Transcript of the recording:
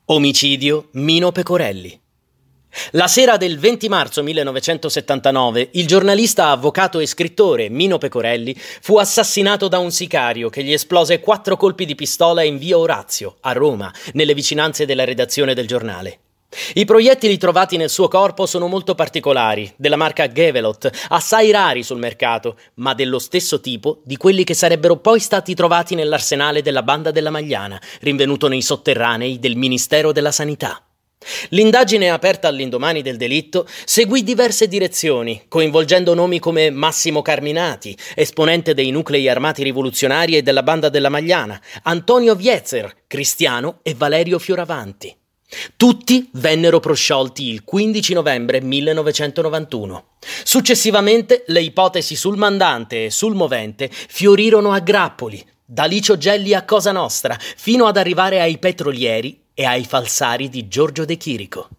Omicidio Mino Pecorelli. La sera del 20 marzo 1979, il giornalista, avvocato e scrittore Mino Pecorelli fu assassinato da un sicario che gli esplose 4 colpi di pistola in via Orazio, a Roma, nelle vicinanze della redazione del giornale. I proiettili trovati nel suo corpo sono molto particolari, della marca Gewelot, assai rari sul mercato, ma dello stesso tipo di quelli che sarebbero poi stati trovati nell'arsenale della Banda della Magliana, rinvenuto nei sotterranei del Ministero della Sanità. L'indagine aperta all'indomani del delitto seguì diverse direzioni, coinvolgendo nomi come Massimo Carminati, esponente dei nuclei armati rivoluzionari e della Banda della Magliana, Antonio Viezer, Cristiano e Valerio Fioravanti. Tutti vennero prosciolti il 15 novembre 1991. Successivamente le ipotesi sul mandante e sul movente fiorirono a grappoli, da Licio Gelli a Cosa Nostra, fino ad arrivare ai petrolieri e ai falsari di Giorgio De Chirico.